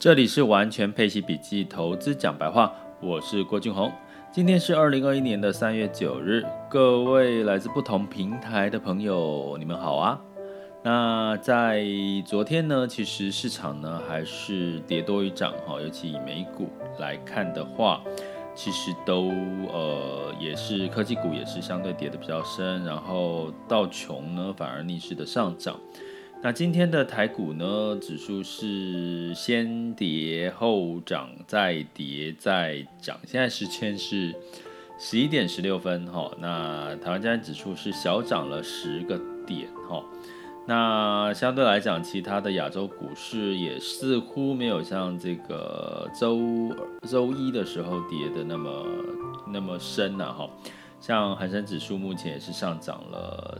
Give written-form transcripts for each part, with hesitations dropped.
这里是完全配息笔记投资讲白话，我是郭俊宏。今天是2021年的3月9日，各位来自不同平台的朋友，你们好啊。那在昨天呢，其实市场呢还是跌多于涨，尤其以美股来看的话，其实都也是科技股也是相对跌得比较深，然后道琼呢反而逆势的上涨。那今天的台股呢，指数是先跌后涨，再跌再涨。现在时间是11点16分那台湾加权指数是小涨了10个点那相对来讲，其他的亚洲股市也似乎没有像这个周一的时候跌的那么深像恒生指数目前也是上涨了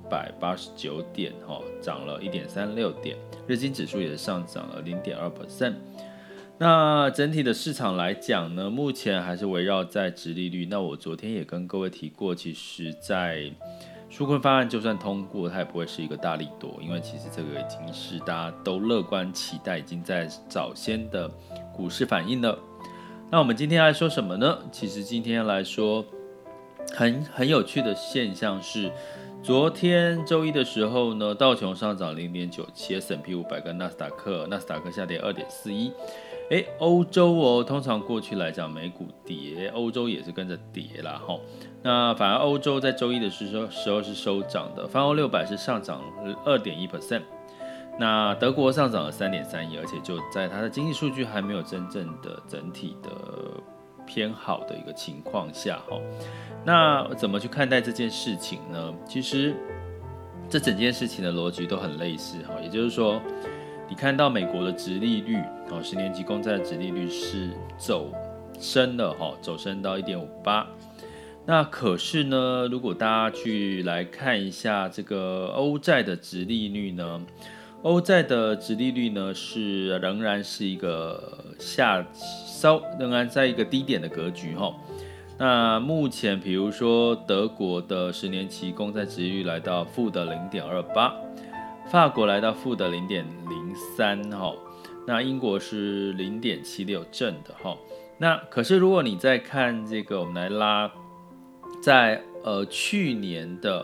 389点涨了 1.36 点，日经指数也是上涨了 0.2%。那整体的市场来讲呢，目前还是围绕在殖利率。那我昨天也跟各位提过，其实在纾困方案就算通过，它也不会是一个大利多，因为其实这个已经是大家都乐观期待，已经在早先的股市反应了。那我们今天来说什么呢？其实今天来说很有趣的现象是，昨天周一的时候呢，道琼上涨 0.97，S&P 500跟纳斯达克下跌 2.41。欧洲通常过去来讲美股跌，欧洲也是跟着跌啦那反而欧洲在周一的时候是收涨的，泛欧600是上涨 2.1%。那德国上涨了 3.31%， 而且就在它的经济数据还没有真正的整体的偏好的一个情况下那怎么去看待这件事情呢？其实这整件事情的逻辑都很类似也就是说，你看到美国的殖利率10年期公债的殖利率是走升了走升到 1.58。 那可是呢，如果大家去来看一下这个欧债的殖利率呢，欧债的殖利率呢仍然是一个仍然在一个低点的格局那目前比如说德国的10年期公债殖利率来到负的 0.28， 法国来到负的 0.03 那英国是 0.76 正的那可是如果你再看这个，我们来拉在去年的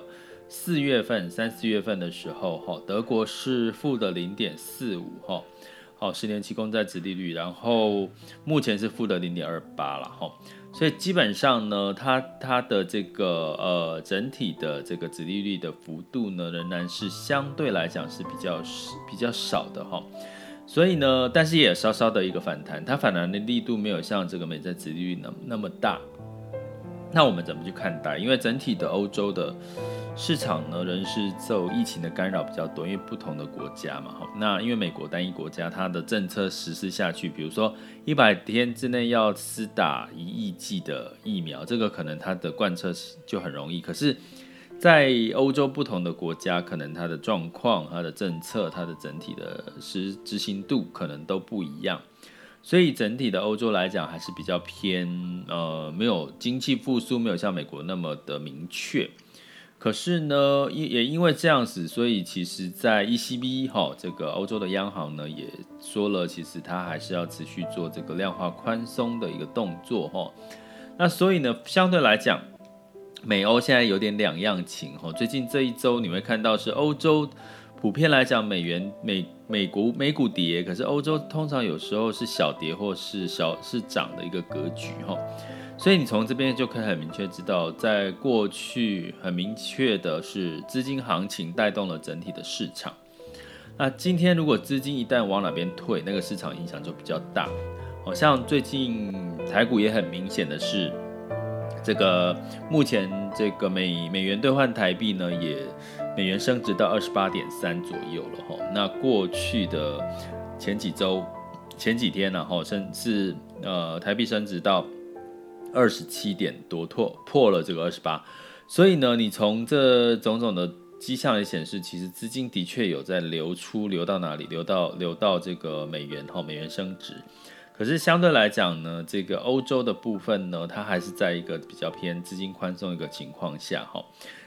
3、4月份的时候德国是负的 0.45 10年期公债殖利率，然后目前是负的 0.28 啦所以基本上呢，它的这个整体的这个殖利率的幅度呢，仍然是相对来讲是比较少的所以呢，但是也有稍稍的一个反弹，它反弹的力度没有像这个美债殖利率那么大。那我们怎么去看待？因为整体的欧洲的市场呢，仍是受疫情的干扰比较多，因为不同的国家嘛那因为美国单一国家，它的政策实施下去，比如说100天之内要施打1亿剂的疫苗，这个可能它的贯彻就很容易。可是在欧洲不同的国家，可能它的状况、它的政策、它的整体的执行度可能都不一样。所以整体的欧洲来讲还是比较偏没有经济复苏，没有像美国那么的明确。可是呢，也因为这样子，所以其实在 ECB 这个欧洲的央行呢也说了，其实它还是要持续做这个量化宽松的一个动作那所以呢，相对来讲，美欧现在有点两样情最近这一周你会看到是欧洲普遍来讲美股跌，可是欧洲通常有时候是小跌或是涨的一个格局所以你从这边就可以很明确知道，在过去很明确的是资金行情带动了整体的市场。那今天如果资金一旦往哪边退，那个市场影响就比较大像最近台股也很明显的是，这个目前这个美元兑换台币呢，也美元升值到 28.3 左右了那过去的前几天甚至台币升值到27点多，破了这个28。所以呢，你从这种种的迹象来显示，其实资金的确有在流到哪里？流到这个美元升值。可是相对来讲呢，这个欧洲的部分呢，它还是在一个比较偏资金宽松一个情况下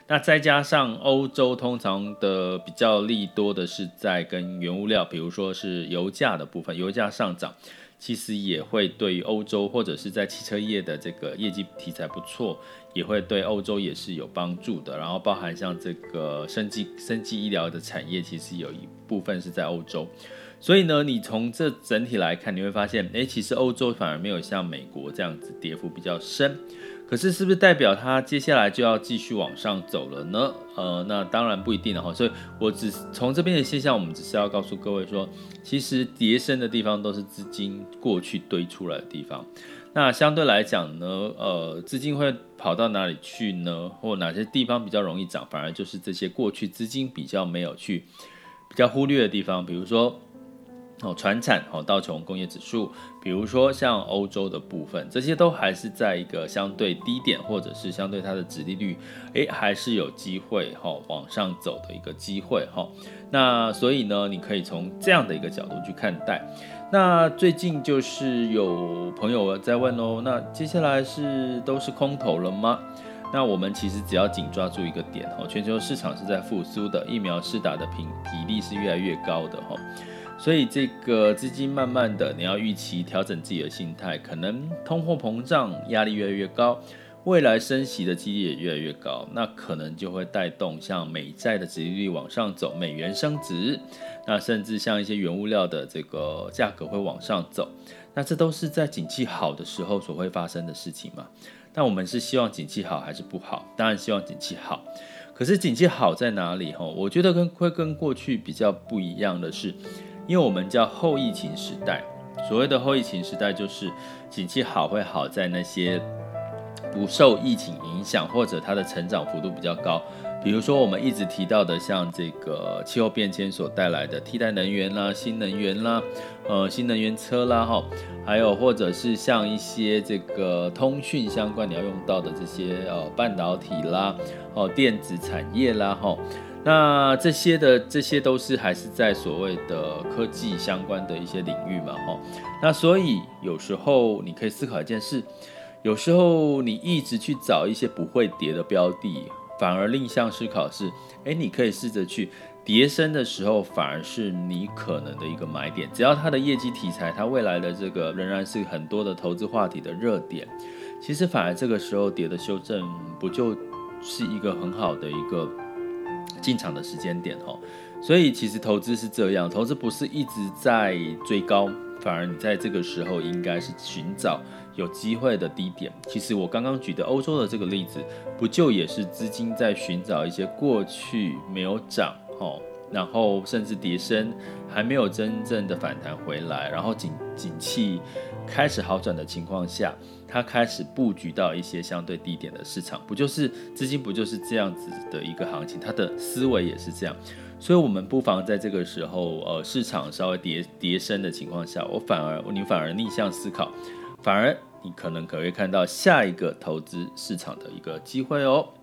那再加上欧洲通常的比较利多的是在跟原物料，比如说是油价的部分，油价上涨，其实也会对于欧洲或者是在汽车业的这个业绩题材不错，也会对欧洲也是有帮助的。然后包含像这个生技医疗的产业，其实有一部分是在欧洲。所以呢，你从这整体来看，你会发现，其实欧洲反而没有像美国这样子跌幅比较深。可是是不是代表它接下来就要继续往上走了呢？那当然不一定了哈。所以我只从这边的现象，我们只是要告诉各位说，其实跌深的地方都是资金过去堆出来的地方。那相对来讲呢，资金会跑到哪里去呢？或哪些地方比较容易涨？反而就是这些过去资金比较没有去比较忽略的地方，比如说传产道琼工业指数，比如说像欧洲的部分，这些都还是在一个相对低点，或者是相对它的殖利率，还是有机会往上走的一个机会那所以呢，你可以从这样的一个角度去看待。那最近就是有朋友在问那接下来都是空头了吗？那我们其实只要紧抓住一个点全球市场是在复苏的，疫苗施打的比例是越来越高的所以这个资金慢慢的，你要预期调整自己的心态，可能通货膨胀压力越来越高，未来升息的几率也越来越高，那可能就会带动像美债的殖利率往上走，美元升值，那甚至像一些原物料的这个价格会往上走，那这都是在景气好的时候所会发生的事情嘛。那我们是希望景气好还是不好？当然希望景气好。可是景气好在哪里？我觉得会跟过去比较不一样的是，因为我们叫后疫情时代。所谓的后疫情时代，就是景气好会好在那些不受疫情影响，或者它的成长幅度比较高。比如说我们一直提到的，像这个气候变迁所带来的替代能源啦、新能源啦、新能源车啦还有或者是像一些这个通讯相关你要用到的这些半导体啦、电子产业啦那这些都是还是在所谓的科技相关的一些领域嘛那所以有时候你可以思考一件事，有时候你一直去找一些不会跌的标的，反而另向思考是，你可以试着去跌深的时候，反而是你可能的一个买点。只要它的业绩题材，它未来的这个仍然是很多的投资话题的热点，其实反而这个时候跌的修正，不就是一个很好的一个进场的时间点所以其实投资是这样，投资不是一直在追高，反而你在这个时候应该是寻找有机会的低点。其实我刚刚举的欧洲的这个例子，不就也是资金在寻找一些过去没有涨然后甚至跌深还没有真正的反弹回来，然后景气开始好转的情况下，它开始布局到一些相对低点的市场，不就是资金不就是这样子的一个行情，它的思维也是这样。所以我们不妨在这个时候市场稍微跌深的情况下，你反而逆向思考，反而你可能会看到下一个投资市场的一个机会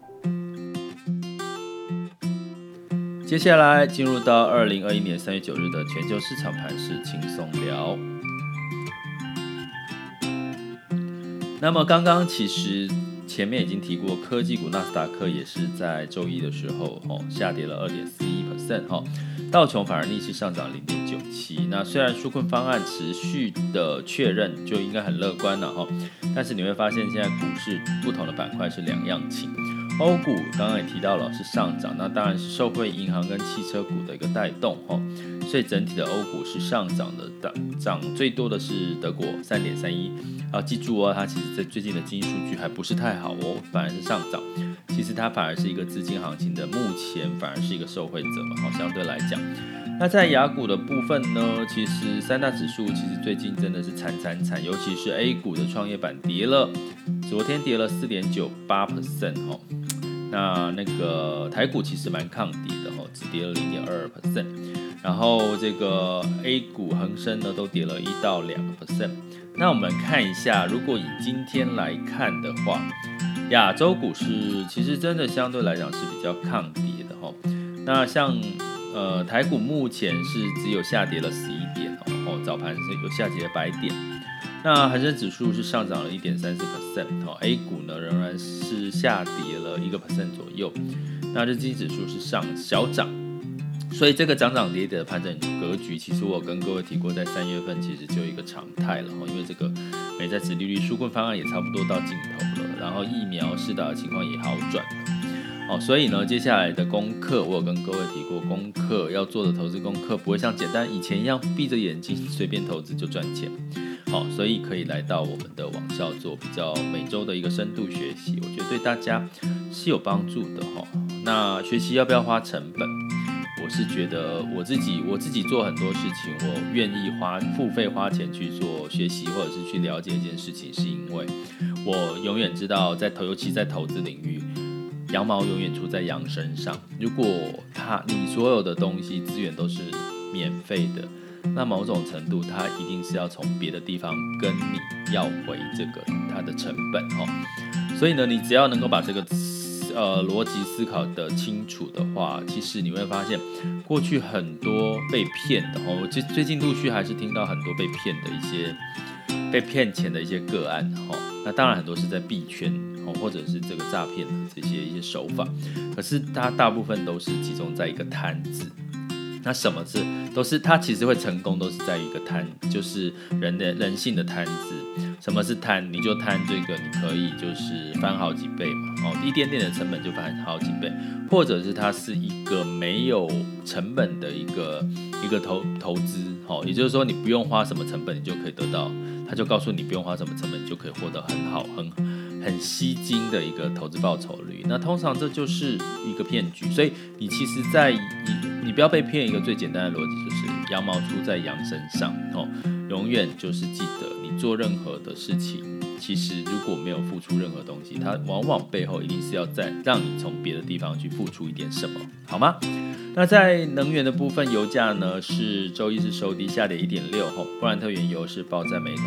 接下来进入到2021年3月9日的全球市场盘势轻松聊。那么刚刚其实前面已经提过，科技股纳斯达克也是在周一的时候下跌了 2.41%道琼反而逆势上涨 0.97%。那虽然纾困方案持续的确认，就应该很乐观了但是你会发现现在股市不同的板块是两样情。欧股刚刚也提到了是上涨，那当然是受惠银行跟汽车股的一个带动所以整体的欧股是上涨的，涨最多的是德国 3.31%。记住它其实在最近的经济数据还不是太好反而是上涨。其实它反而是一个资金行情的，目前反而是一个受惠者嘛相对来讲。那在亚股的部分呢，其实三大指数其实最近真的是惨，尤其是 A 股的创业板昨天跌了 4.98% 那个台股其实蛮抗跌的只跌了 0.22%， 然后这个 A 股恒生呢都跌了1到2%。那我们看一下，如果以今天来看的话，亚洲股市其实真的相对来讲是比较抗跌的那像台股目前是只有下跌了11点早盘是有下跌了100点。 那恒生指数是上涨了 1.34%， A 股呢仍然是下跌了1% 左右，那日经指数是小涨。所以这个涨涨跌跌的盘整格局，其实我跟各位提过，在3月份其实就有一个常态了，因为这个美债殖利率纾困方案也差不多到尽头了，然后疫苗施打的情况也好转了，所以呢，接下来的功课，我有跟各位提过，功课要做的投资功课不会像简单以前一样闭着眼睛随便投资就赚钱，所以可以来到我们的网校做比较每周的一个深度学习，我觉得对大家是有帮助的。那学习要不要花成本？我是觉得我自己做很多事情，我愿意付费花钱去做学习，或者是去了解一件事情，是因为我永远知道尤其在投资领域，羊毛永远出在羊身上。如果你所有的东西资源都是免费的，那某种程度它一定是要从别的地方跟你要回这个它的成本。所以呢，你只要能够把这个逻辑思考的清楚的话，其实你会发现过去很多被骗的，我最近陆续还是听到很多被骗的一些被骗钱的一些个案，那当然很多是在币圈或者是这个诈骗的一些手法，可是它大部分都是集中在一个贪字。那什么它其实会成功，都是在一个贪，就是人性的贪字。什么是贪？你就贪这个，你可以就是翻好几倍嘛，一点点的成本就翻好几倍，或者是它是一个没有成本的一个投资，也就是说你不用花什么成本，你就可以得到，他就告诉你不用花什么成本，你就可以获得很好很吸睛的一个投资报酬率。那通常这就是一个骗局，所以你其实你不要被骗。一个最简单的逻辑就是羊毛出在羊身上，永远就是记得你做任何的事情，其实如果没有付出任何东西，它往往背后一定是要再让你从别的地方去付出一点什么，好吗？那在能源的部分，油价呢是周一是收低下跌 1.6%， 布兰特原油是报在每桶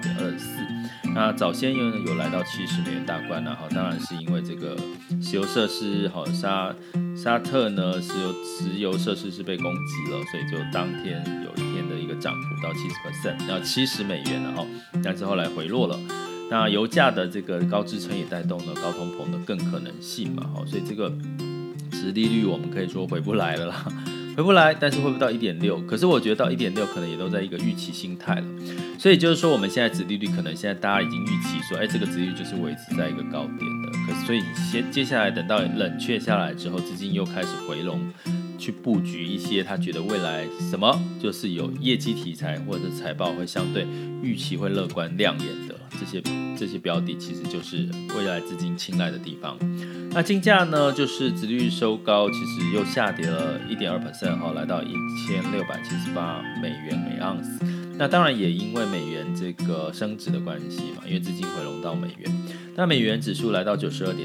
68.24， 那早先有来到70美元大关，当然是因为这个石油设施沙特呢石油设施是被攻击了，所以就当天有一天的一个涨幅到 70%， 然后70美元了，但是后来回落了。那油价的这个高支撑也带动了高通膨的更可能性嘛，所以这个殖利率我们可以说回不来了啦，回不来，但是会不会到 1.6？ 可是我觉得到 1.6 可能也都在一个预期心态了，所以就是说我们现在殖利率可能现在大家已经预期说，这个殖利率就是维持在一个高点的，可是所以接下来等到冷却下来之后，资金又开始回笼，去布局一些他觉得未来什么就是有业绩题材或者是财报会相对预期会乐观亮眼的这些标的，其实就是未来资金青睐的地方。那金价呢，就是殖利率收高，其实又下跌了 1.2%， 来到1678美元每盎司。那当然也因为美元这个升值的关系嘛，因为资金回笼到美元，那美元指数来到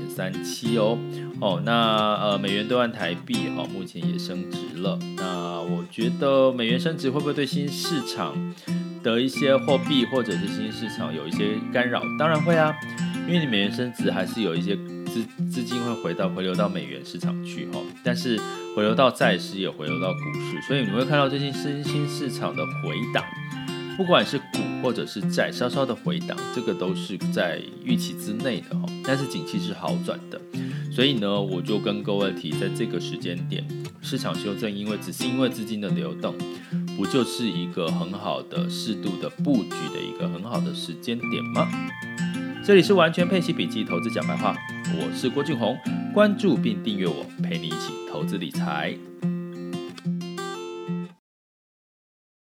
92.37 那美元兑换台币目前也升值了。那我觉得美元升值会不会对新市场的一些货币或者是新市场有一些干扰？当然会啊，因为你美元升值还是有一些资金会回流到美元市场去，但是回流到债市也回流到股市，所以你会看到最近新市场的回档，不管是股或者是债稍稍的回档，这个都是在预期之内的，但是景气是好转的。所以呢，我就跟各位提，在这个时间点市场修正，只是因为资金的流动，不就是一个很好的适度的布局的一个很好的时间点吗？这里是完全配息笔记投资讲白话，我是郭俊宏，关注并订阅我，陪你一起投资理财。